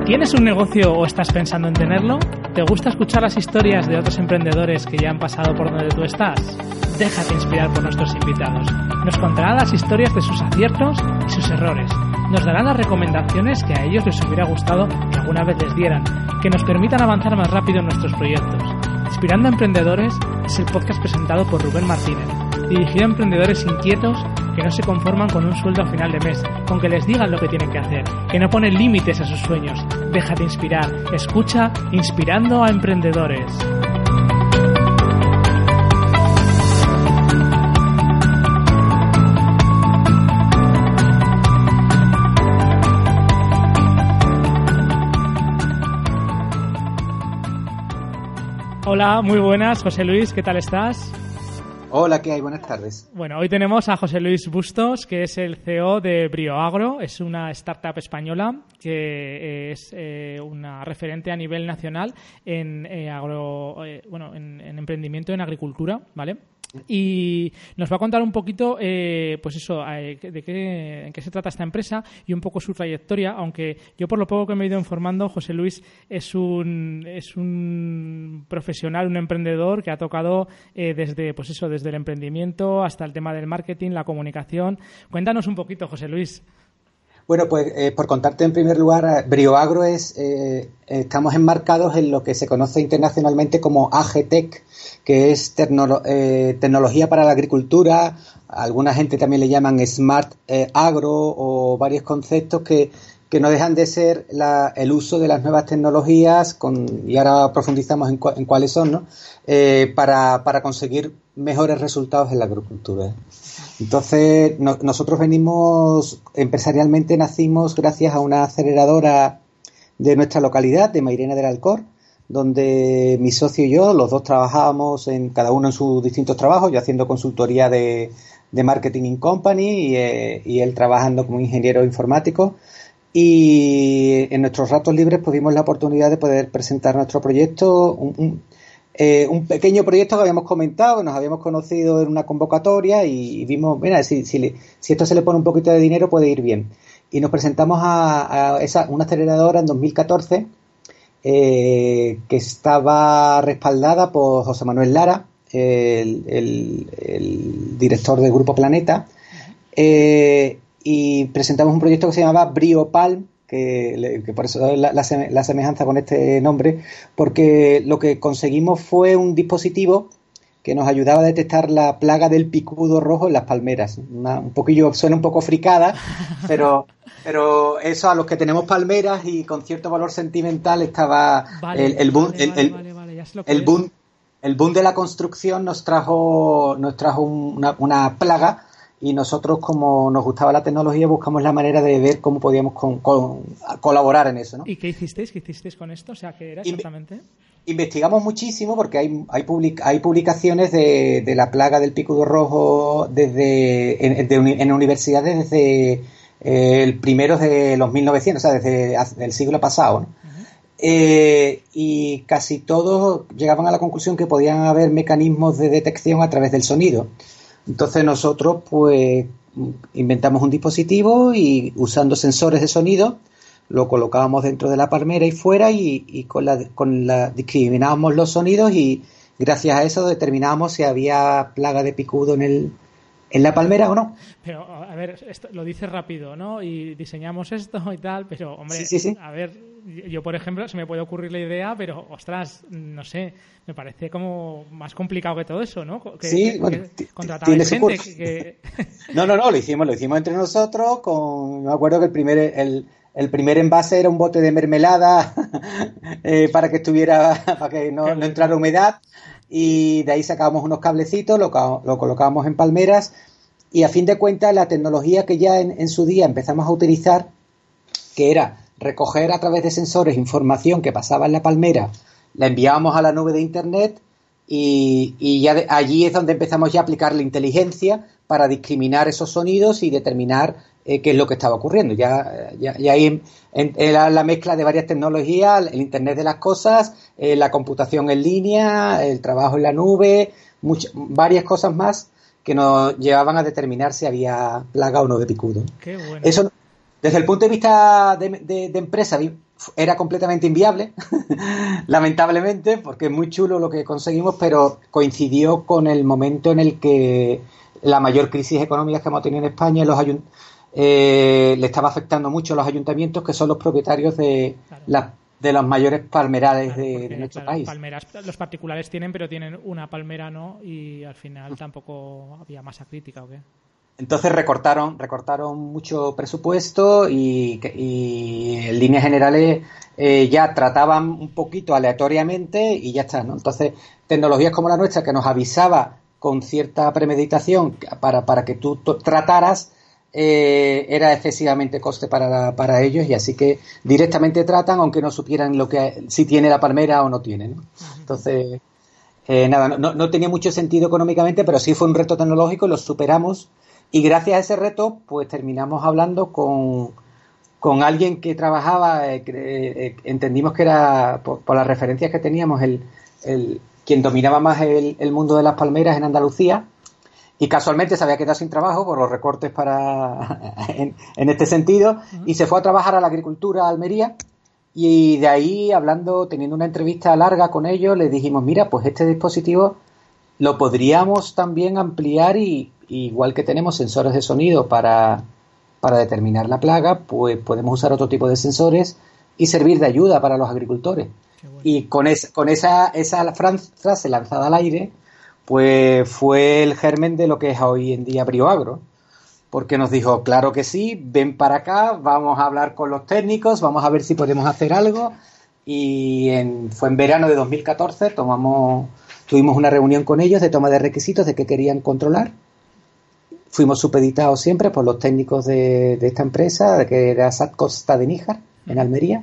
¿Tienes un negocio o estás pensando en tenerlo? ¿Te gusta escuchar las historias de otros emprendedores que ya han pasado por donde tú estás? Déjate inspirar por nuestros invitados. Nos contarán las historias de sus aciertos y sus errores. Nos darán las recomendaciones que a ellos les hubiera gustado que alguna vez les dieran, que nos permitan avanzar más rápido en nuestros proyectos. Inspirando a Emprendedores es el podcast presentado por Rubén Martínez, dirigido a emprendedores inquietos que no se conforman con un sueldo a final de mes, con que les digan lo que tienen que hacer, que no ponen límites a sus sueños. Déjate inspirar. Escucha Inspirando a Emprendedores. Hola, muy buenas, José Luis, ¿qué tal estás? Hola, ¿qué hay? Buenas tardes. Bueno, hoy tenemos a José Luis Bustos, que es el CEO de Brioagro. Es una startup española que es una referente a nivel nacional en en emprendimiento en agricultura, ¿vale? Y nos va a contar un poquito, en qué se trata esta empresa y un poco su trayectoria, aunque yo por lo poco que me he ido informando, José Luis es un profesional, un emprendedor que ha tocado desde el emprendimiento hasta el tema del marketing, la comunicación. Cuéntanos un poquito, José Luis. Bueno, pues por contarte en primer lugar, Brioagro estamos enmarcados en lo que se conoce internacionalmente como AgTech, que es tecnología para la agricultura. Alguna gente también le llaman Smart Agro o varios conceptos que no dejan de ser el uso de las nuevas tecnologías y ahora profundizamos en cuáles son, ¿no? Para conseguir mejores resultados en la agricultura. Entonces, nosotros empresarialmente nacimos gracias a una aceleradora de nuestra localidad, de Mairena del Alcor, donde mi socio y yo, los dos trabajábamos cada uno en sus distintos trabajos, yo haciendo consultoría de marketing in company y él trabajando como ingeniero informático. Y en nuestros ratos libres pues vimos la oportunidad de poder presentar nuestro proyecto, un pequeño proyecto que habíamos comentado, nos habíamos conocido en una convocatoria y vimos, mira, si esto se le pone un poquito de dinero puede ir bien. Y nos presentamos a una aceleradora en 2014 que estaba respaldada por José Manuel Lara, el director del Grupo Planeta, y presentamos un proyecto que se llamaba BrioPalm, que por eso la semejanza con este nombre, porque lo que conseguimos fue un dispositivo que nos ayudaba a detectar la plaga del picudo rojo en las palmeras. Suena un poco fricada, pero eso a los que tenemos palmeras y con cierto valor sentimental estaba el boom de la construcción nos trajo una plaga. Y nosotros, como nos gustaba la tecnología, buscamos la manera de ver cómo podíamos colaborar en eso, ¿no? ¿Y qué hicisteis? ¿Qué hicisteis con esto? O sea, ¿qué era exactamente? Investigamos muchísimo porque hay publicaciones de la plaga del picudo rojo en universidades desde el primero de los 1900, o sea, desde el siglo pasado, ¿no? Y casi todos llegaban a la conclusión que podían haber mecanismos de detección a través del sonido. Entonces nosotros pues inventamos un dispositivo y usando sensores de sonido lo colocábamos dentro de la palmera y fuera y discriminábamos los sonidos y gracias a eso determinábamos si había plaga de picudo en la palmera o no. Pero, a ver, esto lo dices rápido, ¿no? Y diseñamos esto y tal, pero, hombre, sí. A ver, yo, por ejemplo, se me puede ocurrir la idea, pero, ostras, no sé, me parece como más complicado que todo eso, ¿no? Contratar a gente que... No, lo hicimos entre nosotros, me acuerdo que el primer envase era un bote de mermelada para que no entrara humedad. Y de ahí sacábamos unos cablecitos, lo colocábamos en palmeras y a fin de cuentas la tecnología que ya en su día empezamos a utilizar, que era recoger a través de sensores información que pasaba en la palmera, la enviábamos a la nube de internet y ya allí es donde empezamos ya a aplicar la inteligencia para discriminar esos sonidos y determinar qué es lo que estaba ocurriendo. Ya ahí era la mezcla de varias tecnologías, el Internet de las cosas, la computación en línea, el trabajo en la nube, varias cosas más que nos llevaban a determinar si había plaga o no de picudo. Qué bueno. Eso, desde el punto de vista de empresa, era completamente inviable, lamentablemente, porque es muy chulo lo que conseguimos, pero coincidió con el momento en el que la mayor crisis económica que hemos tenido en España le estaba afectando mucho a los ayuntamientos, que son los propietarios de las mayores palmerales de nuestro país. Palmeras los particulares tienen, pero tienen una palmera, ¿no? Y al final tampoco había masa crítica, ¿o qué? Entonces recortaron mucho presupuesto y en líneas generales ya trataban un poquito aleatoriamente y ya está, ¿no? Entonces, tecnologías como la nuestra, que nos avisaba con cierta premeditación para que tú trataras, era excesivamente coste para ellos, y así que directamente tratan aunque no supieran si tiene la palmera o no tiene, ¿no? Entonces, no tenía mucho sentido económicamente, pero sí fue un reto tecnológico, lo superamos. Y gracias a ese reto, pues terminamos hablando con alguien que trabajaba, entendimos que era, por las referencias que teníamos, quien dominaba más el mundo de las palmeras en Andalucía, y casualmente se había quedado sin trabajo por los recortes en este sentido, y se fue a trabajar a la agricultura a Almería, y de ahí, teniendo una entrevista larga con ellos, les dijimos, mira, pues este dispositivo lo podríamos también ampliar y igual que tenemos sensores de sonido para determinar la plaga, pues podemos usar otro tipo de sensores y servir de ayuda para los agricultores. Bueno. Y con esa frase lanzada al aire, pues fue el germen de lo que es hoy en día Brioagro, porque nos dijo, claro que sí, ven para acá, vamos a hablar con los técnicos, vamos a ver si podemos hacer algo, y fue en verano de 2014, tuvimos una reunión con ellos de toma de requisitos de qué querían controlar. Fuimos supeditados siempre por los técnicos de esta empresa, que era SAT Costa de Níjar, en Almería.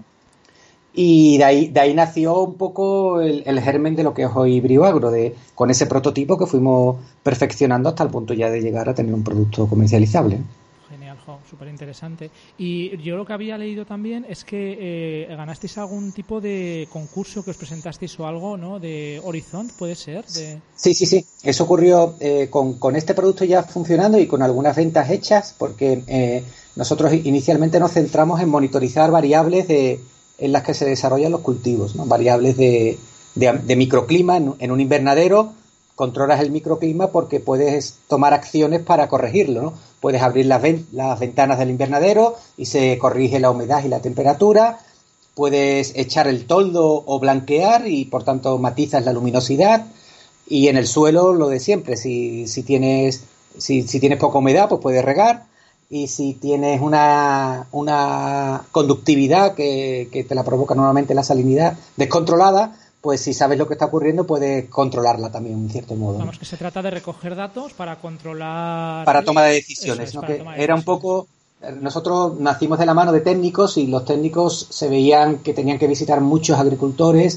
Y de ahí nació un poco el germen de lo que es hoy Brioagro, con ese prototipo que fuimos perfeccionando hasta el punto ya de llegar a tener un producto comercializable. Genial, súper interesante. Y yo lo que había leído también es que ganasteis algún tipo de concurso, que os presentasteis o algo, ¿no? De Horizont, ¿puede ser? Sí. Eso ocurrió con este producto ya funcionando y con algunas ventas hechas, porque nosotros inicialmente nos centramos en monitorizar variables en las que se desarrollan los cultivos, ¿no? Variables de microclima en un invernadero. Controlas el microclima porque puedes tomar acciones para corregirlo, ¿no? Puedes abrir las ventanas del invernadero y se corrige la humedad y la temperatura. Puedes echar el toldo o blanquear y, por tanto, matizas la luminosidad. Y en el suelo, lo de siempre. Si tienes poca humedad, pues puedes regar. Y si tienes una conductividad que te la provoca normalmente la salinidad descontrolada, pues si sabes lo que está ocurriendo, puedes controlarla también, en cierto modo. Vamos, que se trata de recoger datos para controlar... Para toma de decisiones, eso, ¿no? Que era un poco... Nosotros nacimos de la mano de técnicos y los técnicos se veían que tenían que visitar muchos agricultores,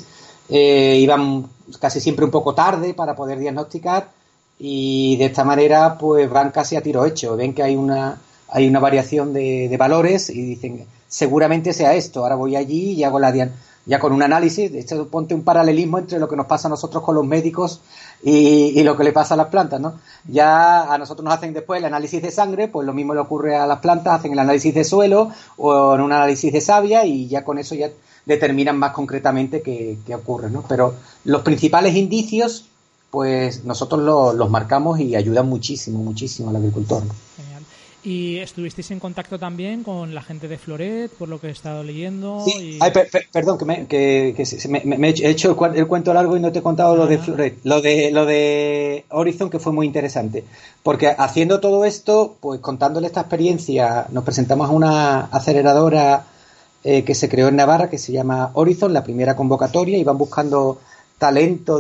iban casi siempre un poco tarde para poder diagnosticar, y de esta manera pues van casi a tiro hecho. Ven que hay una variación de valores y dicen, seguramente sea esto, ahora voy allí y hago ya con un análisis. De hecho, ponte un paralelismo entre lo que nos pasa a nosotros con los médicos y lo que le pasa a las plantas, ¿no? Ya a nosotros nos hacen después el análisis de sangre, pues lo mismo le ocurre a las plantas, hacen el análisis de suelo o en un análisis de savia, y ya con eso ya determinan más concretamente qué ocurre, ¿no? Pero los principales indicios, pues nosotros los marcamos y ayudan muchísimo, muchísimo al agricultor, ¿no? Genial. ¿Y estuvisteis en contacto también con la gente de Floret, por lo que he estado leyendo? Sí. Perdón, que me he hecho el cuento largo y no te he contado lo de Floret. Lo de Horizont, que fue muy interesante. Porque haciendo todo esto, pues contándole esta experiencia, nos presentamos a una aceleradora que se creó en Navarra, que se llama Horizont, la primera convocatoria, y van buscando talento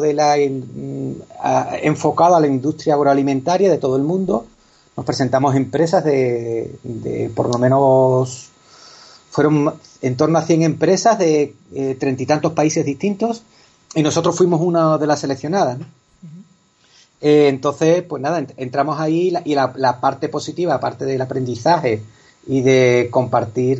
enfocado a la industria agroalimentaria de todo el mundo. Nos presentamos empresas de por lo menos, fueron en torno a 100 empresas de 30 y tantos países distintos, y nosotros fuimos una de las seleccionadas, ¿no? Entonces, pues nada, entramos ahí, y la parte positiva, aparte del aprendizaje y de compartir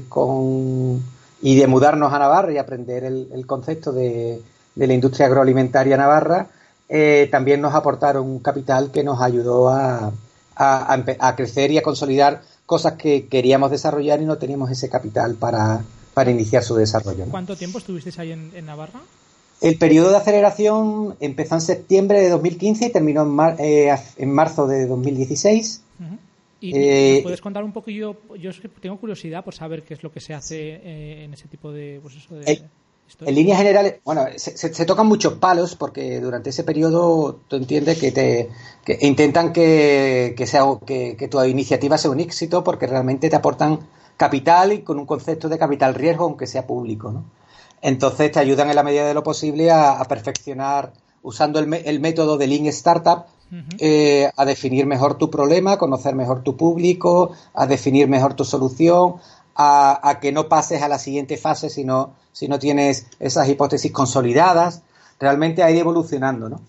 y de mudarnos a Navarra y aprender el concepto de la industria agroalimentaria navarra, también nos aportaron un capital que nos ayudó a crecer y a consolidar cosas que queríamos desarrollar y no teníamos ese capital para para iniciar su desarrollo, ¿no? ¿Cuánto tiempo estuvisteis ahí en Navarra? El periodo de aceleración empezó en septiembre de 2015 y terminó en marzo de 2016. Uh-huh. ¿Y nos puedes contar un poquillo? Yo tengo curiosidad por saber qué es lo que se hace en ese tipo de, pues eso, de en líneas generales, bueno, se tocan muchos palos porque durante ese periodo tú entiendes que intentan que tu iniciativa sea un éxito porque realmente te aportan capital y con un concepto de capital riesgo, aunque sea público, ¿no? Entonces te ayudan en la medida de lo posible a perfeccionar, usando el método de Lean Startup, uh-huh. A definir mejor tu problema, a conocer mejor tu público, a definir mejor tu solución, a que no pases a la siguiente fase si no tienes esas hipótesis consolidadas. Realmente ha ido evolucionando, ¿no?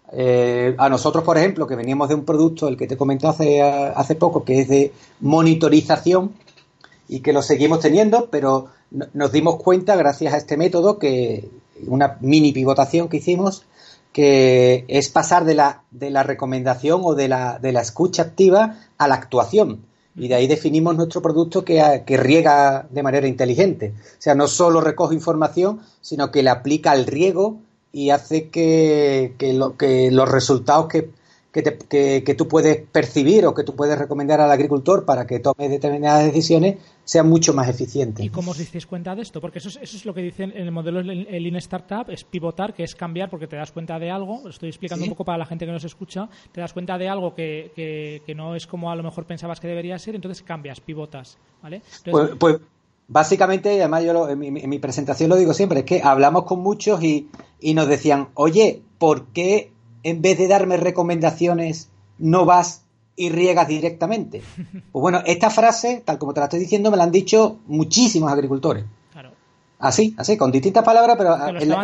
A nosotros, por ejemplo, que veníamos de un producto, el que te comentó hace poco, que es de monitorización y que lo seguimos teniendo, pero nos dimos cuenta, gracias a este método, que una mini pivotación que hicimos, que es pasar de la recomendación o de la escucha activa a la actuación. Y de ahí definimos nuestro producto que riega de manera inteligente. O sea, no solo recoge información, sino que le aplica al riego y hace que los resultados que tú puedes percibir o que tú puedes recomendar al agricultor para que tome determinadas decisiones sean mucho más eficientes. ¿Y cómo os disteis cuenta de esto? Porque eso es lo que dicen en el modelo Lean Startup, es pivotar, que es cambiar porque te das cuenta de algo, lo estoy explicando un poco para la gente que nos escucha, te das cuenta de algo que no es como a lo mejor pensabas que debería ser, entonces cambias, pivotas, ¿vale? Entonces, pues básicamente, además yo en mi presentación lo digo siempre, es que hablamos con muchos y nos decían, oye, ¿por qué en vez de darme recomendaciones no vas y riegas directamente? Pues bueno, esta frase, tal como te la estoy diciendo, me la han dicho muchísimos agricultores. Claro. Así, con distintas palabras, pero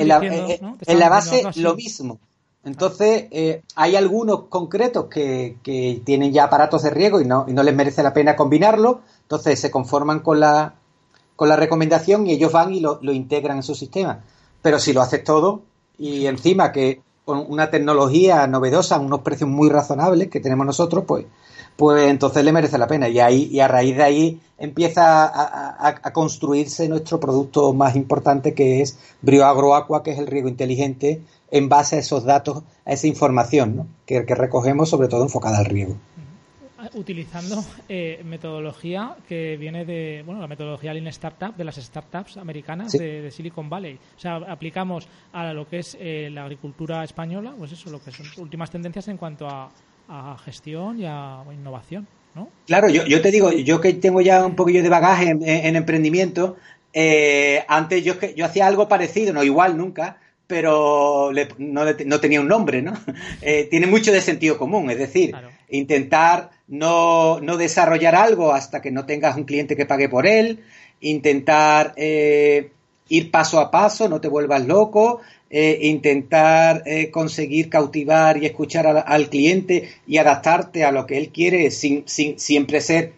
en la base lo mismo. Entonces, hay algunos concretos que tienen ya aparatos de riego y no les merece la pena combinarlo, entonces se conforman con la recomendación y ellos van y lo integran en su sistema. Pero si lo haces todo y encima que con una tecnología novedosa, unos precios muy razonables que tenemos nosotros, pues entonces le merece la pena. Y a raíz de ahí empieza a construirse nuestro producto más importante, que es Brioagro Aqua, que es el riego inteligente en base a esos datos, a esa información, ¿no? que recogemos, sobre todo enfocada al riego. Utilizando metodología que viene de, la metodología Lean Startup, de las startups americanas, sí, de Silicon Valley. O sea, aplicamos a lo que es la agricultura española, pues eso, lo que son últimas tendencias en cuanto a gestión y a innovación, ¿no? Claro, yo te digo, yo que tengo ya un poquillo de bagaje en emprendimiento, antes yo hacía algo parecido, no igual nunca, pero no tenía un nombre, ¿no? Tiene mucho de sentido común, es decir, claro, intentar no desarrollar algo hasta que no tengas un cliente que pague por él, intentar ir paso a paso, no te vuelvas loco, intentar conseguir cautivar y escuchar al cliente y adaptarte a lo que él quiere sin siempre ser,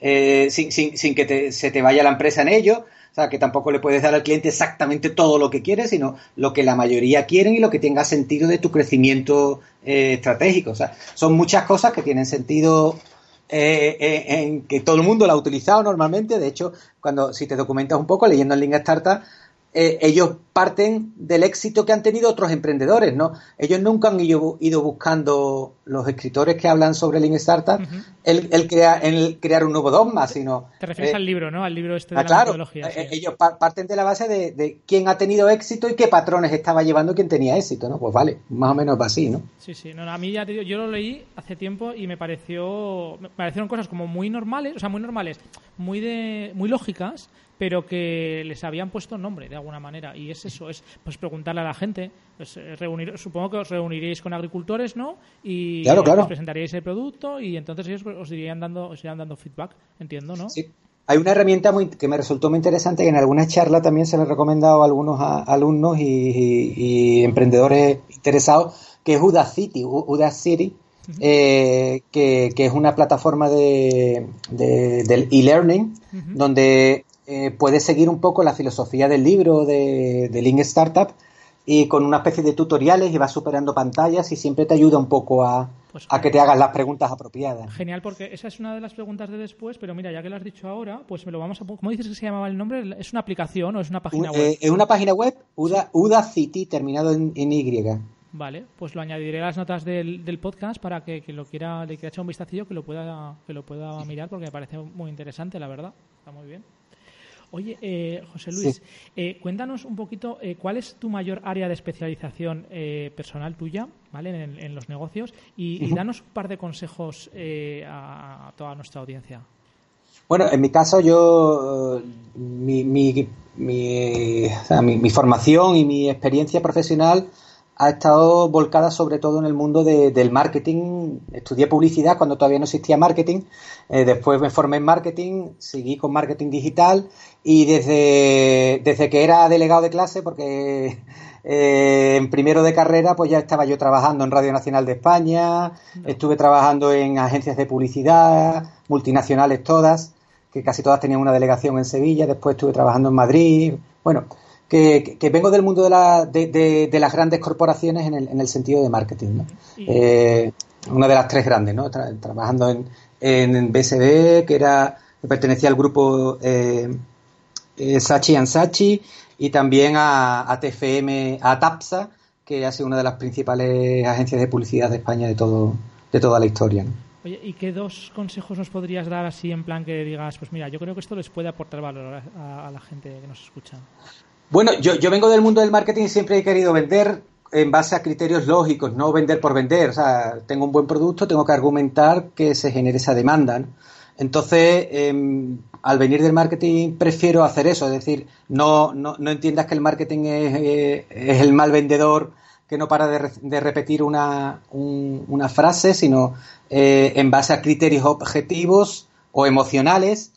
sin que se te vaya la empresa en ello. O sea, que tampoco le puedes dar al cliente exactamente todo lo que quiere, sino lo que la mayoría quieren y lo que tenga sentido de tu crecimiento estratégico. O sea, son muchas cosas que tienen sentido en que todo el mundo la ha utilizado normalmente. De hecho, si te documentas un poco leyendo en Lean Startup, ellos parten del éxito que han tenido otros emprendedores, ¿no? Ellos nunca han ido buscando, los escritores que hablan sobre Lean Startup, uh-huh, el crear un nuevo dogma, sino... Te refieres al libro, ¿no? Al libro de la metodología. Sí. Ellos parten de la base de quién ha tenido éxito y qué patrones estaba llevando quien tenía éxito, ¿no? Pues vale, más o menos va así, ¿no? Sí. No, a mí ya te digo, yo lo leí hace tiempo y me parecieron cosas como muy normales, muy lógicas, pero que les habían puesto nombre de alguna manera, y es eso, es pues preguntarle a la gente, pues supongo que os reuniríais con agricultores, ¿no? Y claro. Les presentaríais el producto y entonces ellos os irán dando feedback, entiendo, ¿no? Sí. Hay una herramienta que me resultó muy interesante, que en algunas charlas también se le he recomendado a algunos alumnos y emprendedores interesados, que es Udacity, uh-huh, que es una plataforma del e-learning, uh-huh, donde puedes seguir un poco la filosofía del libro de Lean Startup y con una especie de tutoriales y vas superando pantallas y siempre te ayuda un poco a Pues, a que te hagas las preguntas apropiadas. Genial, porque esa es una de las preguntas de después, pero mira, ya que lo has dicho ahora, pues me lo vamos a... ¿Cómo dices que se llamaba el nombre? ¿Es una aplicación o es una página web? Es una página web, Udacity, terminado en Y. Vale, pues lo añadiré a las notas del podcast para que le quiera echar un vistacillo, que lo pueda mirar, porque me parece muy interesante, la verdad. Está muy bien. Oye, José Luis, cuéntanos un poquito cuál es tu mayor área de especialización personal tuya, ¿vale? En los negocios y danos un par de consejos a toda nuestra audiencia. Bueno, en mi caso mi formación y mi experiencia profesional ha estado volcada sobre todo en el mundo del marketing. Estudié publicidad cuando todavía no existía marketing, después me formé en marketing, seguí con marketing digital y desde que era delegado de clase, porque en primero de carrera pues ya estaba yo trabajando en Radio Nacional de España, estuve trabajando en agencias de publicidad, multinacionales todas, que casi todas tenían una delegación en Sevilla, después estuve trabajando en Madrid, bueno... Que vengo del mundo de las grandes corporaciones en el sentido de marketing, ¿no? Una de las tres grandes, ¿no? Trabajando en BSD, que pertenecía al grupo Saatchi & Saatchi, y también a TFM, a TAPSA, que ha sido una de las principales agencias de publicidad de España de toda la historia, ¿no? Oye, ¿y qué dos consejos nos podrías dar así en plan que digas, pues mira, yo creo que esto les puede aportar valor a la gente que nos escucha? Bueno, yo vengo del mundo del marketing y siempre he querido vender en base a criterios lógicos, no vender por vender. O sea, tengo un buen producto, tengo que argumentar que se genere esa demanda, ¿no? Entonces, al venir del marketing prefiero hacer eso, es decir, no entiendas que el marketing es el mal vendedor que no para de repetir una frase, sino en base a criterios objetivos o emocionales,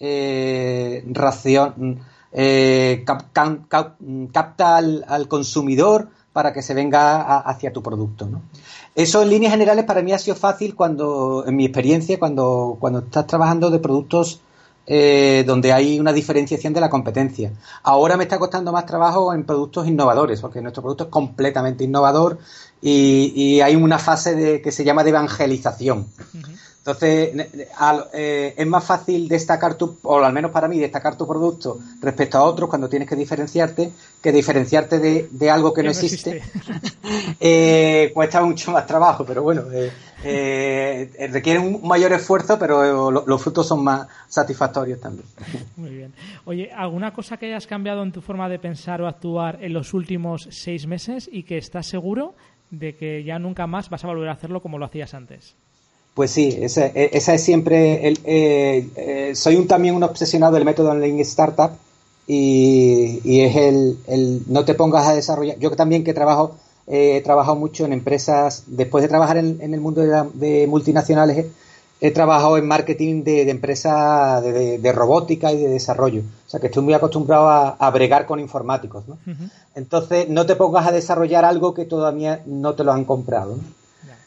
capta al consumidor para que se venga hacia tu producto, ¿no? Eso en líneas generales para mí ha sido fácil en mi experiencia, cuando estás trabajando de productos donde hay una diferenciación de la competencia. Ahora me está costando más trabajo en productos innovadores, porque nuestro producto es completamente innovador y hay una fase que se llama de evangelización. Entonces, es más fácil destacar o al menos para mí, destacar tu producto respecto a otros cuando tienes que diferenciarte de algo que no existe. Cuesta mucho más trabajo, pero bueno, requiere un mayor esfuerzo, pero los frutos son más satisfactorios también. Muy bien. Oye, ¿alguna cosa que hayas cambiado en tu forma de pensar o actuar en los últimos 6 meses y que estás seguro de que ya nunca más vas a volver a hacerlo como lo hacías antes? Pues sí, esa es siempre... soy también un obsesionado del método Lean Startup y es el no te pongas a desarrollar... Yo también he trabajado mucho en empresas... Después de trabajar en el mundo de multinacionales, he trabajado en marketing de empresas de robótica y de desarrollo. O sea, que estoy muy acostumbrado a bregar con informáticos, ¿no? Uh-huh. Entonces, no te pongas a desarrollar algo que todavía no te lo han comprado, ¿no?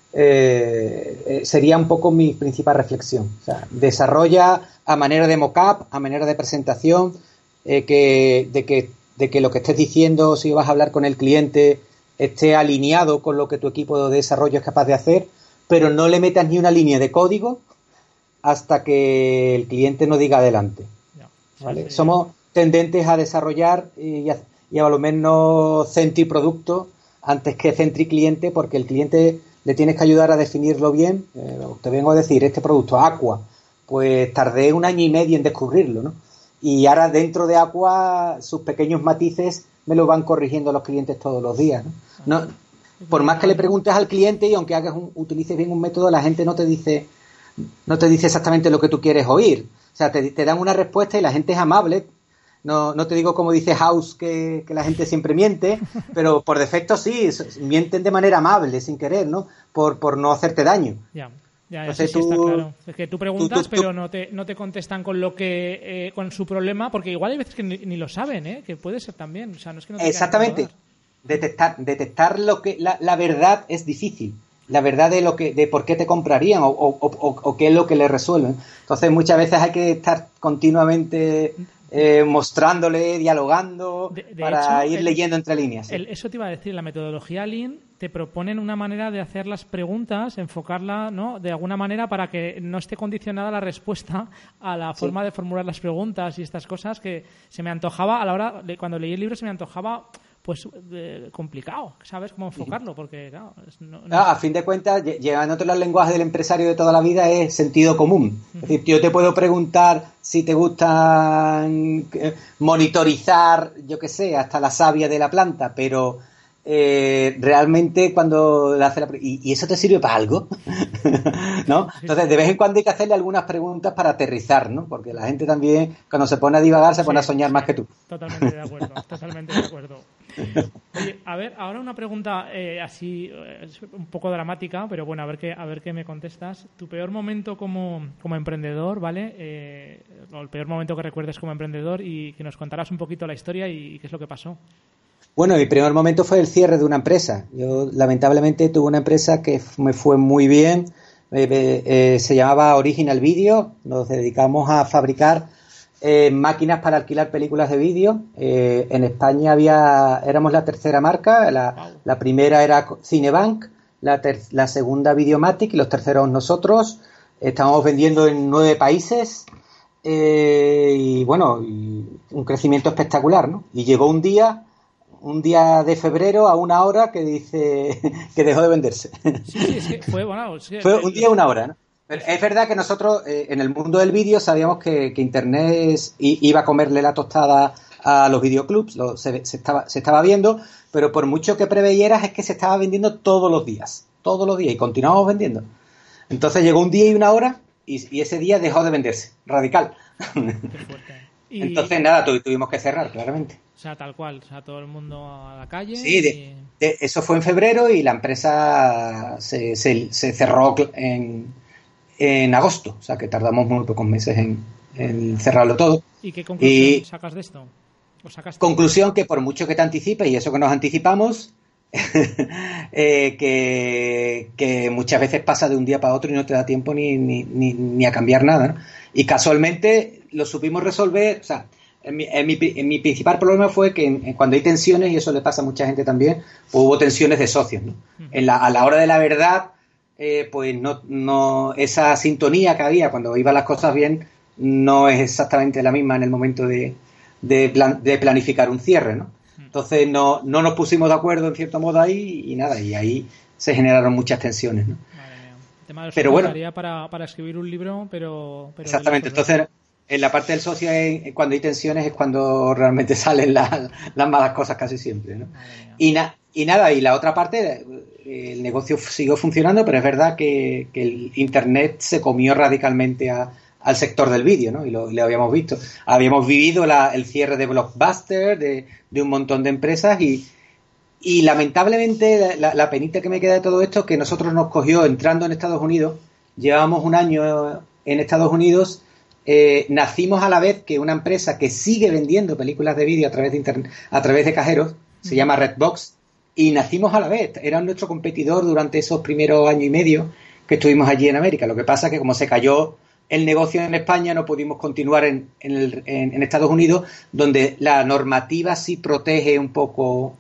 Sería un poco mi principal reflexión. O sea, desarrolla a manera de mock-up, a manera de presentación, de que lo que estés diciendo, si vas a hablar con el cliente, esté alineado con lo que tu equipo de desarrollo es capaz de hacer, pero no le metas ni una línea de código hasta que el cliente no diga adelante. ¿Vale? Sí. Somos tendentes a desarrollar y a lo menos centri producto antes que centri cliente, porque el cliente le tienes que ayudar a definirlo bien. Te vengo a decir, este producto, Aqua, pues tardé 1 año y medio en descubrirlo, ¿no? Y ahora dentro de Aqua, sus pequeños matices me lo van corrigiendo los clientes todos los días, ¿no? Por más que le preguntes al cliente y aunque utilices bien un método, la gente no te dice exactamente lo que tú quieres oír. O sea, te dan una respuesta y la gente es amable. No te digo como dice House que la gente siempre miente, pero por defecto sí, mienten de manera amable, sin querer, ¿no? Por no hacerte daño. Ya, entonces, sí está claro. Es que tú preguntas, pero no te contestan con lo que con su problema, porque igual hay veces que ni lo saben, ¿eh? Que puede ser también. O sea, no es que no te exactamente. Detectar lo que la verdad es difícil. La verdad de por qué te comprarían o qué es lo que le resuelven. Entonces muchas veces hay que estar continuamente mostrándole, dialogando, para ir leyendo entre líneas. ¿Sí? Eso te iba a decir, la metodología Lean te proponen una manera de hacer las preguntas, enfocarla, ¿no?, de alguna manera para que no esté condicionada la respuesta a la forma de formular las preguntas y estas cosas que se me antojaba a la hora cuando leí el libro se me antojaba pues complicado, ¿sabes cómo enfocarlo? Porque claro, a fin de cuentas, llevándote los lenguajes del empresario de toda la vida es sentido común. Es decir, yo te puedo preguntar si te gusta monitorizar, yo qué sé, hasta la savia de la planta, pero realmente cuando le hace ¿y eso te sirve para algo? ¿No? Entonces, de vez en cuando hay que hacerle algunas preguntas para aterrizar, ¿no? Porque la gente también, cuando se pone a divagar, se pone a soñar más que tú. Totalmente de acuerdo, totalmente de acuerdo. Oye, a ver, ahora una pregunta así un poco dramática, pero bueno, a ver qué me contestas. Tu peor momento como emprendedor, ¿vale? O el peor momento que recuerdes como emprendedor y que nos contarás un poquito la historia y qué es lo que pasó. Bueno, mi primer momento fue el cierre de una empresa. Yo, lamentablemente, tuve una empresa que me fue muy bien. Se llamaba Original Video. Nos dedicamos a fabricar máquinas para alquilar películas de vídeo. En España éramos la tercera marca. La primera era Cinebank, la segunda Videomatic y los terceros nosotros. Estábamos vendiendo en 9 países. Y bueno, un crecimiento espectacular, ¿no? Y llegó un día de febrero a una hora que dice que dejó de venderse. Sí, es que fue bueno. Fue un día a una hora, ¿no? Pero es verdad que nosotros en el mundo del vídeo sabíamos que Internet iba a comerle la tostada a los videoclubs, se estaba viendo, pero por mucho que preveyeras es que se estaba vendiendo todos los días y continuábamos vendiendo. Entonces llegó un día y una hora y ese día dejó de venderse, radical. Qué fuerte. Entonces nada, tuvimos que cerrar, claramente. O sea, tal cual, o sea, todo el mundo a la calle. Sí, eso fue en febrero y la empresa se cerró en agosto, o sea que tardamos muy pocos meses en cerrarlo todo. ¿Y qué conclusión sacas de esto? Conclusión que por mucho que te anticipes, y eso que nos anticipamos, que muchas veces pasa de un día para otro y no te da tiempo ni a cambiar nada, ¿no? Y casualmente lo supimos resolver, o sea, mi principal problema fue que cuando hay tensiones, y eso le pasa a mucha gente también, pues hubo tensiones de socios, ¿no? A la hora de la verdad, pues no esa sintonía que había cuando iban las cosas bien no es exactamente la misma en el momento de planificar un cierre, ¿no? Entonces no nos pusimos de acuerdo en cierto modo ahí y nada, y ahí se generaron muchas tensiones, ¿no? Tema de pero bueno, para escribir un libro, pero exactamente. Entonces, en la parte del socio, cuando hay tensiones es cuando realmente salen las malas cosas casi siempre, ¿no? Y nada, y la otra parte, el negocio siguió funcionando, pero es verdad que el Internet se comió radicalmente al sector del vídeo, ¿no? Y lo habíamos visto. Habíamos vivido el cierre de Blockbuster, de un montón de empresas y lamentablemente la penita que me queda de todo esto es que nosotros nos cogió entrando en Estados Unidos, llevábamos un año en Estados Unidos, nacimos a la vez que una empresa que sigue vendiendo películas de vídeo a través de internet, a través de cajeros, se llama Redbox, y nacimos a la vez, era nuestro competidor durante esos primeros años y medio que estuvimos allí en América. Lo que pasa es que como se cayó el negocio en España, no pudimos continuar en Estados Unidos, donde la normativa sí protege un poco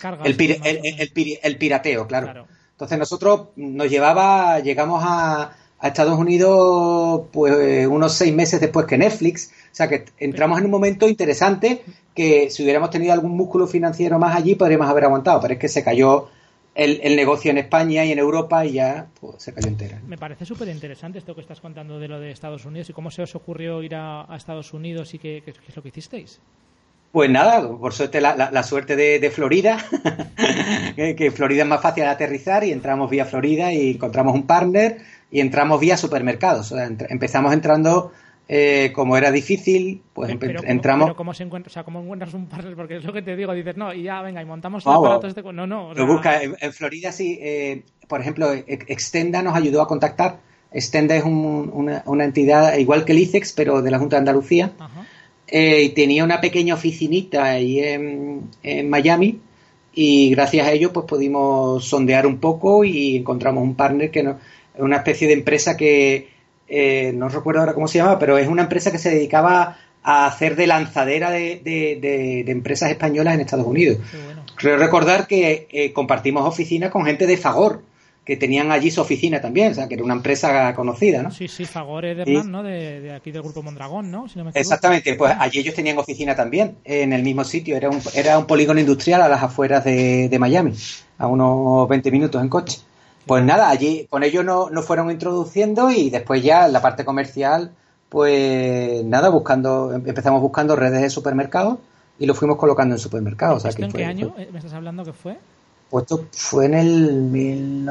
el pirateo, claro. Entonces nosotros llegamos a Estados Unidos pues unos 6 meses después que Netflix, o sea que entramos en un momento interesante que si hubiéramos tenido algún músculo financiero más allí podríamos haber aguantado, pero es que se cayó el negocio en España y en Europa y ya pues, se cayó entera. Me parece súper interesante esto que estás contando de lo de Estados Unidos y cómo se os ocurrió ir a Estados Unidos y qué es lo que hicisteis. Pues nada, por suerte la suerte de Florida, que Florida es más fácil de aterrizar y entramos vía Florida y encontramos un partner y entramos vía supermercados. O sea, empezamos entrando... como era difícil, pues entramos... Pero ¿cómo se encuentra? O sea, ¿cómo encuentras un partner? Porque es lo que te digo, dices, no, y ya, venga, y montamos el aparato este... No. Lo busca. En Florida sí, por ejemplo, Extenda nos ayudó a contactar. Extenda es una entidad igual que el ICEX, pero de la Junta de Andalucía. Y tenía una pequeña oficinita ahí en Miami y gracias a ello pues pudimos sondear un poco y encontramos un partner una especie de empresa que... no recuerdo ahora cómo se llama, pero es una empresa que se dedicaba a hacer de lanzadera de empresas españolas en Estados Unidos. Bueno. Creo recordar que compartimos oficinas con gente de Fagor, que tenían allí su oficina también, o sea, que era una empresa conocida, ¿no? Sí, Fagor es de Hernán, ¿no? De aquí del Grupo Mondragón, ¿no? Si no me equivoco. Exactamente, pues allí ellos tenían oficina también, en el mismo sitio, era un polígono industrial a las afueras de Miami, a unos 20 minutos en coche. Pues nada, allí con ellos nos fueron introduciendo y después ya en la parte comercial, pues nada, empezamos buscando redes de supermercados y lo fuimos colocando en supermercados. ¿Esto en qué año me estás hablando que fue? Pues esto fue en el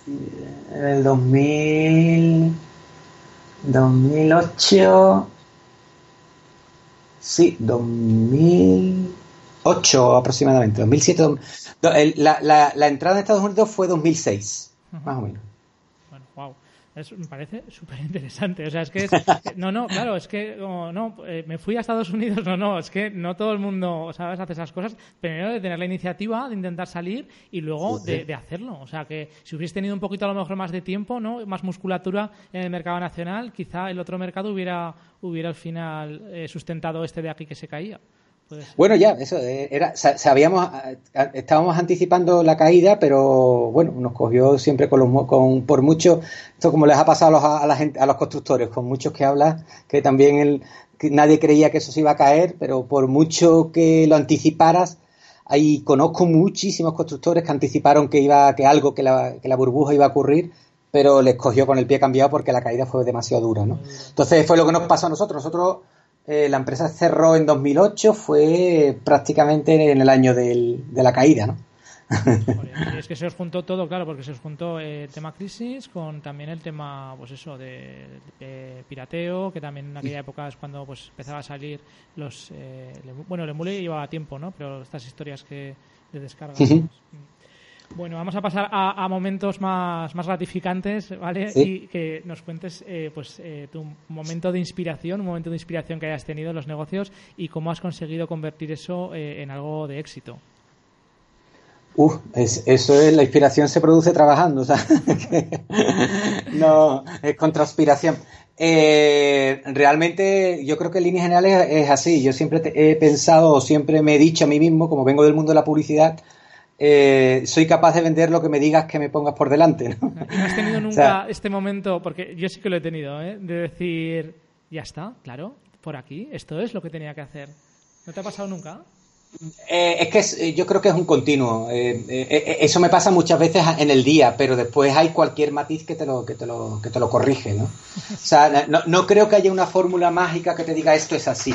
2008, sí, 2008 aproximadamente, 2007. La entrada en Estados Unidos fue 2006, más o menos. Bueno, wow. Me parece súper interesante. O sea, es que claro, es que me fui a Estados Unidos, es que no todo el mundo, ¿sabes?, hace esas cosas. Primero de tener la iniciativa, de intentar salir y luego sí. de hacerlo. O sea, que si hubiese tenido un poquito a lo mejor más de tiempo, ¿no?, más musculatura en el mercado nacional, quizá el otro mercado hubiera al final sustentado este de aquí que se caía. Bueno, ya, eso estábamos anticipando la caída, pero bueno, nos cogió siempre por mucho, esto como les ha pasado a los constructores, con muchos que hablan, que también que nadie creía que eso se iba a caer, pero por mucho que lo anticiparas, ahí conozco muchísimos constructores que anticiparon que la burbuja iba a ocurrir, pero les cogió con el pie cambiado porque la caída fue demasiado dura, ¿no? Entonces fue lo que nos pasó a nosotros. La empresa cerró en 2008, fue prácticamente en el año de la caída, ¿no? Y es que se os juntó todo, claro, porque se os juntó el tema crisis con también el tema, pues eso, de pirateo, que también en aquella época es cuando pues empezaba a salir el emule llevaba tiempo, ¿no? Pero estas historias de descarga. Uh-huh. Bueno, vamos a pasar a momentos más gratificantes, ¿vale? Sí. Y que nos cuentes tu momento de inspiración, un momento de inspiración que hayas tenido en los negocios y cómo has conseguido convertir eso en algo de éxito. Eso es, la inspiración se produce trabajando, o sea, no, es con transpiración. Realmente yo creo que en líneas generales es así. Yo siempre he pensado, siempre me he dicho a mí mismo, como vengo del mundo de la publicidad, soy capaz de vender lo que me digas que me pongas por delante, ¿no? ¿No has tenido nunca este momento, porque yo sí que lo he tenido, de decir, ya está, claro, por aquí, esto es lo que tenía que hacer? ¿No te ha pasado nunca? Es que yo creo que es un continuo. Eso me pasa muchas veces en el día, pero después hay cualquier matiz que te lo corrige, ¿no? O sea, no creo que haya una fórmula mágica que te diga esto es así.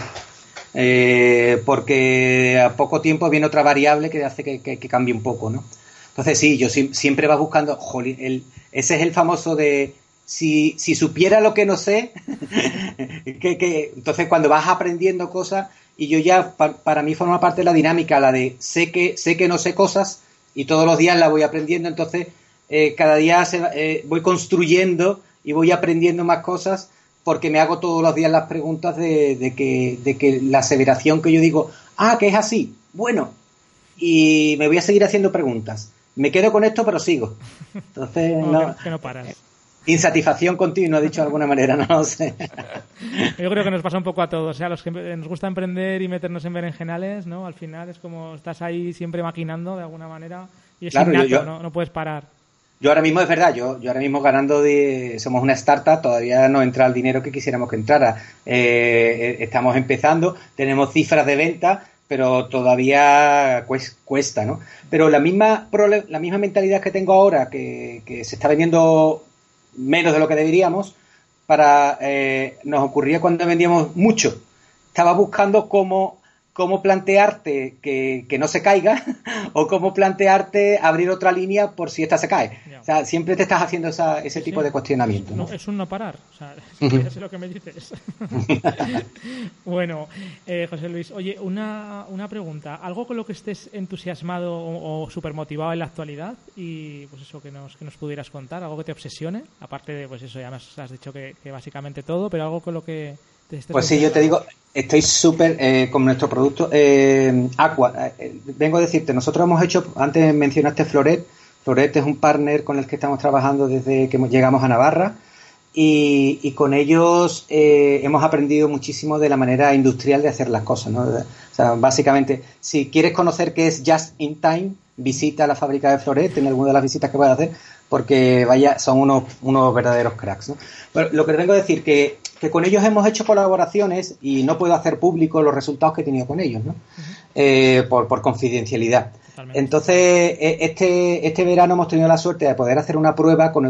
Porque a poco tiempo viene otra variable que hace que cambie un poco, ¿no? Entonces sí, yo siempre vas buscando, ese es el famoso de si supiera lo que no sé, entonces cuando vas aprendiendo cosas, y yo ya, para mí forma parte de la dinámica, la de sé que no sé cosas y todos los días la voy aprendiendo, entonces cada día voy construyendo y voy aprendiendo más cosas, porque me hago todos los días las preguntas de que la aseveración que yo digo, que es así, bueno, y me voy a seguir haciendo preguntas. Me quedo con esto, pero sigo. Entonces, que no paras. Insatisfacción continua, dicho de alguna manera, no lo sé. Yo creo que nos pasa un poco a todos, o sea, a los que nos gusta emprender y meternos en berenjenales, ¿no? Al final es como estás ahí siempre maquinando de alguna manera y es claro, innato, no puedes parar. Yo ahora mismo, es verdad, yo ahora mismo somos una startup, todavía no entra el dinero que quisiéramos que entrara. Estamos empezando, tenemos cifras de venta, pero todavía cuesta, ¿no? Pero la misma mentalidad que tengo ahora, que se está vendiendo menos de lo que deberíamos, nos ocurría cuando vendíamos mucho. Estaba buscando cómo plantearte que no se caiga o cómo plantearte abrir otra línea por si esta se cae. O sea, siempre te estás haciendo ese tipo de cuestionamiento, ¿no? Es un no parar. O sea, es lo que me dices. Bueno, José Luis, oye, una pregunta. ¿Algo con lo que estés entusiasmado o súper motivado en la actualidad? Y pues eso, que nos pudieras contar. ¿Algo que te obsesione? Aparte de, pues eso, ya nos has dicho que básicamente todo, pero algo con lo que... Pues sí, yo te digo, estoy súper con nuestro producto Aqua. Vengo a decirte, nosotros hemos hecho, antes mencionaste Floret. Floret es un partner con el que estamos trabajando desde que llegamos a Navarra y con ellos hemos aprendido muchísimo de la manera industrial de hacer las cosas, ¿no? O sea, básicamente, si quieres conocer qué es Just in Time, visita la fábrica de Floret en alguna de las visitas que puedas hacer, porque vaya, son unos verdaderos cracks, ¿no? Pero lo que les vengo a decir que con ellos hemos hecho colaboraciones y no puedo hacer público los resultados que he tenido con ellos, ¿no? Por confidencialidad. Totalmente. Entonces, este verano hemos tenido la suerte de poder hacer una prueba con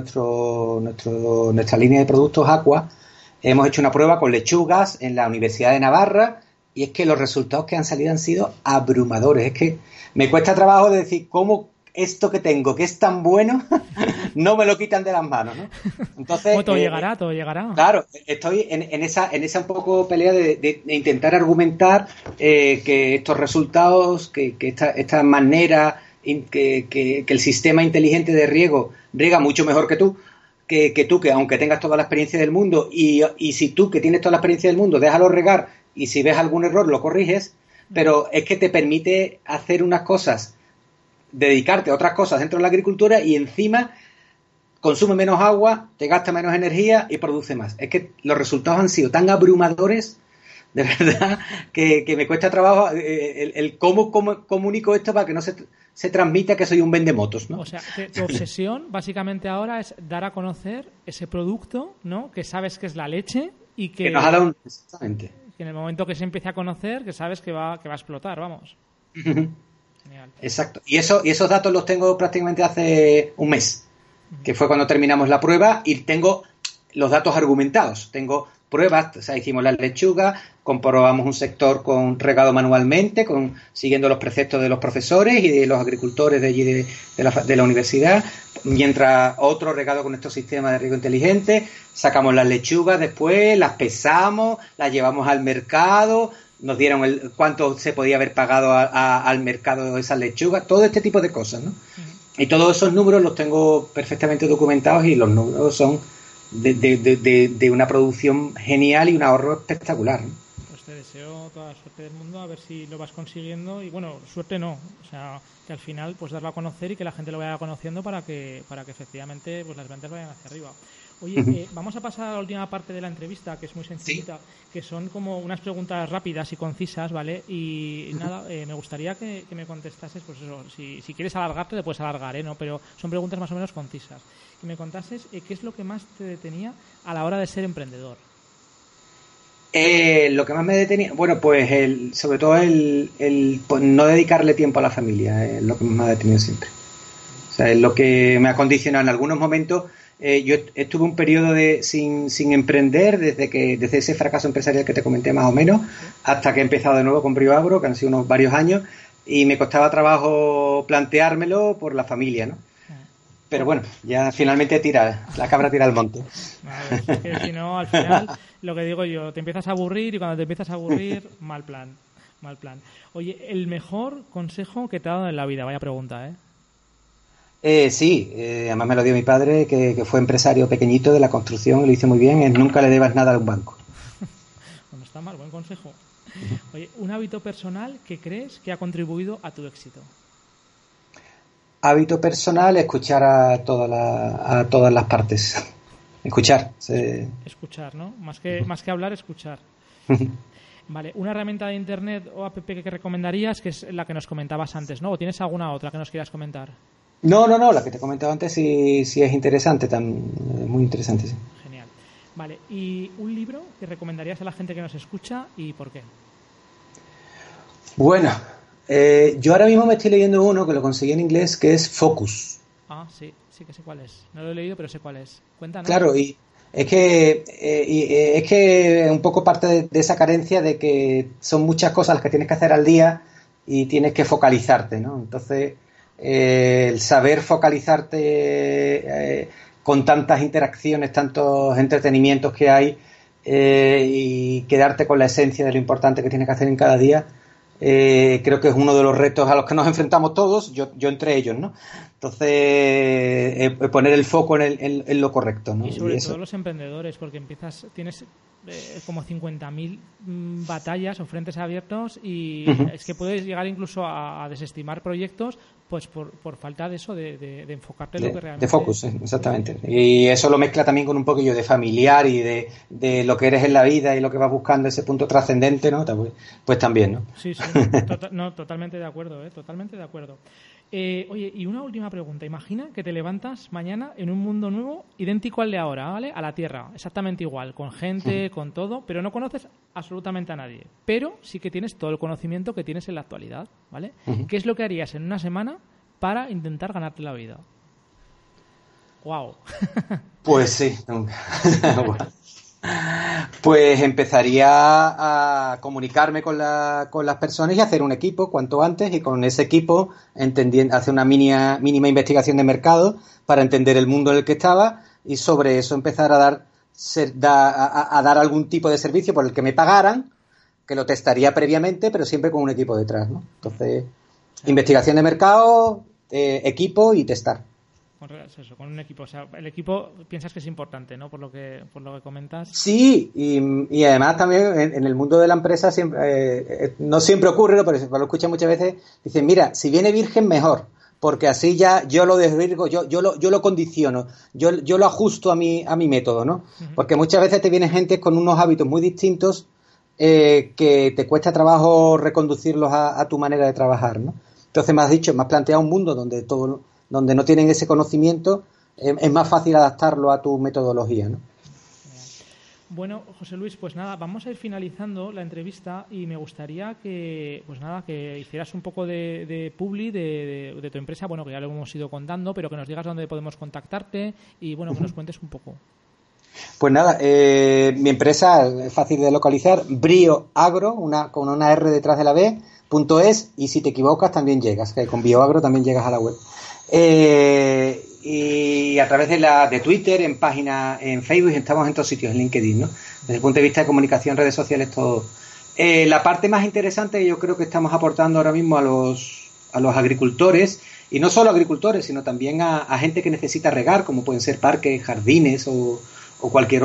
nuestra línea de productos Aqua. Hemos hecho una prueba con lechugas en la Universidad de Navarra y es que los resultados que han salido han sido abrumadores. Es que me cuesta trabajo de decir cómo esto que tengo, que es tan bueno, no me lo quitan de las manos, ¿no? Entonces, todo llegará. Claro, estoy en esa un poco pelea de intentar argumentar que estos resultados, que esta manera, que el sistema inteligente de riego riega mucho mejor que tú, que aunque tengas toda la experiencia del mundo, y si tú, que tienes toda la experiencia del mundo, déjalo regar, y si ves algún error, lo corriges, pero es que te permite hacer unas cosas, dedicarte a otras cosas dentro de la agricultura y encima consume menos agua, te gasta menos energía y produce más. Es que los resultados han sido tan abrumadores, de verdad, que me cuesta trabajo el cómo comunico esto para que no se transmita que soy un vendemotos, ¿no? O sea, que tu obsesión básicamente ahora es dar a conocer ese producto, ¿no? Que sabes que es la leche y que nos ha dado exactamente. Que en el momento que se empiece a conocer, que sabes que va a explotar, vamos. Genial. Exacto. Y esos datos los tengo prácticamente hace un mes, que fue cuando terminamos la prueba, y tengo los datos argumentados. Tengo pruebas, o sea, hicimos las lechugas, comprobamos un sector con regado manualmente, siguiendo los preceptos de los profesores y de los agricultores de allí de la universidad, mientras otro regado con estos sistemas de riego inteligente. Sacamos las lechugas después, las pesamos, las llevamos al mercado, nos dieron cuánto se podía haber pagado al mercado de esas lechugas, todo este tipo de cosas, ¿no? Y todos esos números los tengo perfectamente documentados y los números son de una producción genial y un ahorro espectacular, ¿no? Pues te deseo toda la suerte del mundo, a ver si lo vas consiguiendo. Y bueno, suerte no, o sea, que al final pues darlo a conocer y que la gente lo vaya conociendo para que efectivamente pues las ventas vayan hacia arriba. Oye, vamos a pasar a la última parte de la entrevista, que es muy sencillita, que son como unas preguntas rápidas y concisas, ¿vale? Y nada, me gustaría que me contestases, pues eso, si quieres alargarte, te puedes alargar, ¿no? Pero son preguntas más o menos concisas. Que me contases qué es lo que más te detenía a la hora de ser emprendedor. Lo que más me detenía, bueno, pues sobre todo el no dedicarle tiempo a la familia, es lo que más me ha detenido siempre. O sea, es lo que me ha condicionado en algunos momentos. Yo estuve un periodo sin emprender desde ese fracaso empresarial que te comenté más o menos, hasta que he empezado de nuevo con BrioAgro, que han sido unos varios años, y me costaba trabajo planteármelo por la familia, ¿no? Pero bueno, ya finalmente la cabra tira al monte. Vale, es que si no, al final, lo que digo yo, te empiezas a aburrir y cuando te empiezas a aburrir, mal plan. Oye, el mejor consejo que te ha dado en la vida, vaya pregunta, Sí, además me lo dio mi padre, que fue empresario pequeñito de la construcción y lo hizo muy bien, es nunca le debas nada a un banco. No está mal, buen consejo. Oye, un hábito personal que crees que ha contribuido a tu éxito. Hábito personal, escuchar a todas las partes. Escuchar. Escuchar, ¿no? Más que hablar, escuchar. Vale, una herramienta de internet o app que recomendarías, que es la que nos comentabas antes, ¿no? ¿O tienes alguna otra que nos quieras comentar? No, la que te comentaba antes sí es interesante, muy interesante, sí. Genial. Vale, ¿y un libro que recomendarías a la gente que nos escucha y por qué? Bueno, yo ahora mismo me estoy leyendo uno que lo conseguí en inglés, que es Focus. Ah, sí que sé cuál es. No lo he leído, pero sé cuál es. Cuéntanos. Claro, y es que un poco parte de esa carencia de que son muchas cosas las que tienes que hacer al día y tienes que focalizarte, ¿no? Entonces, el saber focalizarte con tantas interacciones, tantos entretenimientos que hay y quedarte con la esencia de lo importante que tienes que hacer en cada día, creo que es uno de los retos a los que nos enfrentamos todos, yo entre ellos, ¿no? Entonces, poner el foco en lo correcto, ¿no? Y sobre todo los emprendedores, porque tienes como 50.000 batallas o frentes abiertos y es que puedes llegar incluso a desestimar proyectos Pues por falta de eso, de enfocarte en lo que realmente... De focus, exactamente. Y eso lo mezcla también con un poquillo de familiar y de lo que eres en la vida y lo que vas buscando, ese punto trascendente, ¿no? Pues también, ¿no? Sí, totalmente de acuerdo, totalmente de acuerdo. Oye, y una última pregunta. Imagina que te levantas mañana en un mundo nuevo, idéntico al de ahora, ¿vale? A la Tierra, exactamente igual, con gente, con todo, pero no conoces absolutamente a nadie. Pero sí que tienes todo el conocimiento que tienes en la actualidad, ¿vale? ¿Qué es lo que harías en una semana para intentar ganarte la vida? ¡Wow! Pues sí. Pues empezaría a comunicarme con las personas y hacer un equipo cuanto antes, y con ese equipo hacer una mínima investigación de mercado para entender el mundo en el que estaba, y sobre eso empezar a dar algún tipo de servicio por el que me pagaran, que lo testaría previamente, pero siempre con un equipo detrás, ¿no? Entonces, investigación de mercado, equipo y testar. Con un equipo. O sea, el equipo piensas que es importante, ¿no? Por lo que comentas. Sí, y además también en el mundo de la empresa siempre, no siempre ocurre, pero lo escucho muchas veces, dicen, mira, si viene virgen mejor, porque así ya yo lo desvirgo, yo lo condiciono, yo lo ajusto a mi método, ¿no? Porque muchas veces te vienen gente con unos hábitos muy distintos que te cuesta trabajo reconducirlos a tu manera de trabajar, ¿no? Entonces me has planteado un mundo donde no tienen ese conocimiento, es más fácil adaptarlo a tu metodología, ¿no? Bueno, José Luis, pues nada, vamos a ir finalizando la entrevista y me gustaría que hicieras un poco de publi de tu empresa, bueno, que ya lo hemos ido contando, pero que nos digas dónde podemos contactarte y, bueno, que nos cuentes un poco. Pues nada, mi empresa es fácil de localizar, BrioAgro, con una R detrás de la B, .es, y si te equivocas también llegas, que con BioAgro también llegas a la web. Y a través de Twitter, en página, en Facebook, estamos en todos sitios, en LinkedIn, ¿no? Desde el punto de vista de comunicación, redes sociales, todo. La parte más interesante que yo creo que estamos aportando ahora mismo a los agricultores, y no solo agricultores, sino también a gente que necesita regar, como pueden ser parques, jardines o cualquier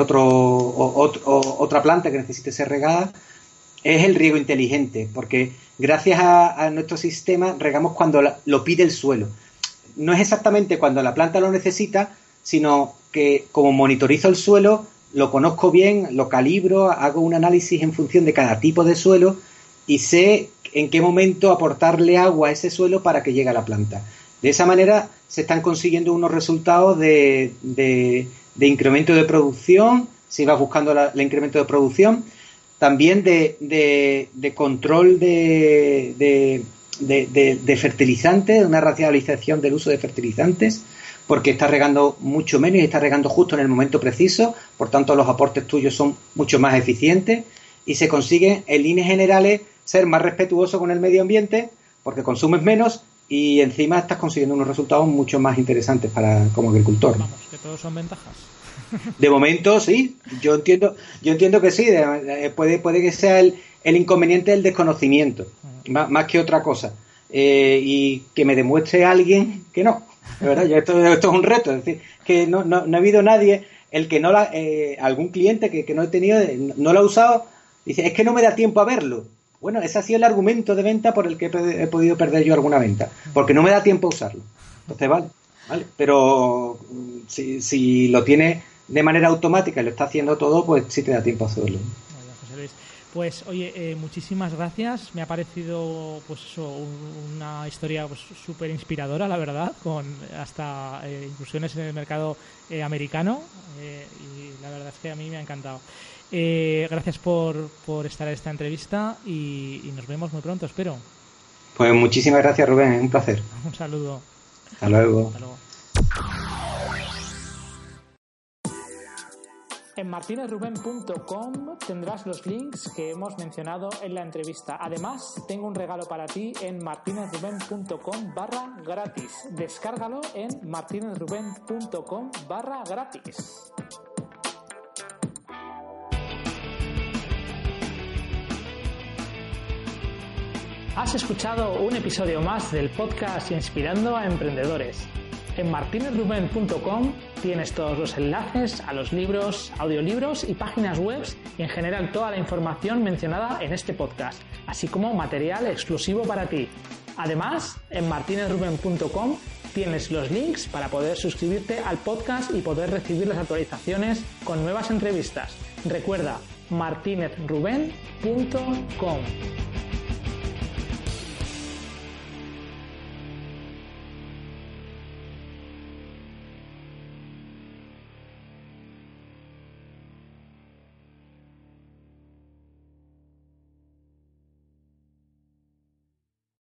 otra planta que necesite ser regada, es el riego inteligente, porque gracias a nuestro sistema regamos cuando lo pide el suelo. No es exactamente cuando la planta lo necesita, sino que como monitorizo el suelo, lo conozco bien, lo calibro, hago un análisis en función de cada tipo de suelo y sé en qué momento aportarle agua a ese suelo para que llegue a la planta. De esa manera se están consiguiendo unos resultados de incremento de producción, se va buscando el incremento de producción, también de control de fertilizantes, de una racionalización del uso de fertilizantes, porque está regando mucho menos y está regando justo en el momento preciso, por tanto los aportes tuyos son mucho más eficientes y se consigue en líneas generales ser más respetuoso con el medio ambiente porque consumes menos y encima estás consiguiendo unos resultados mucho más interesantes como agricultor. Vamos, que todos son ventajas. De momento sí, yo entiendo que sí, puede que sea el inconveniente del desconocimiento, más que otra cosa, y que me demuestre a alguien que no, de verdad, esto es un reto, es decir, que no ha habido nadie, el que no algún cliente que no he tenido, no lo ha usado, dice, es que no me da tiempo a verlo. Bueno, ese ha sido el argumento de venta por el que he podido perder yo alguna venta, porque no me da tiempo a usarlo. Entonces, vale, pero si lo tiene de manera automática y lo está haciendo todo, pues sí te da tiempo a hacerlo. José Luis. Pues oye, muchísimas gracias. Me ha parecido pues eso, una historia pues súper inspiradora, la verdad, con hasta incursiones en el mercado americano y la verdad es que a mí me ha encantado. Gracias por estar en esta entrevista y nos vemos muy pronto, espero. Pues muchísimas gracias, Rubén, es un placer. Un saludo. Hasta luego. Hasta luego. En martinezruben.com tendrás los links que hemos mencionado en la entrevista. Además, tengo un regalo para ti en martinezruben.com/gratis. Descárgalo en martinezruben.com/gratis. Has escuchado un episodio más del podcast Inspirando a Emprendedores. En martinezruben.com tienes todos los enlaces a los libros, audiolibros y páginas web y en general toda la información mencionada en este podcast, así como material exclusivo para ti. Además, en martinezruben.com tienes los links para poder suscribirte al podcast y poder recibir las actualizaciones con nuevas entrevistas. Recuerda, martinezruben.com.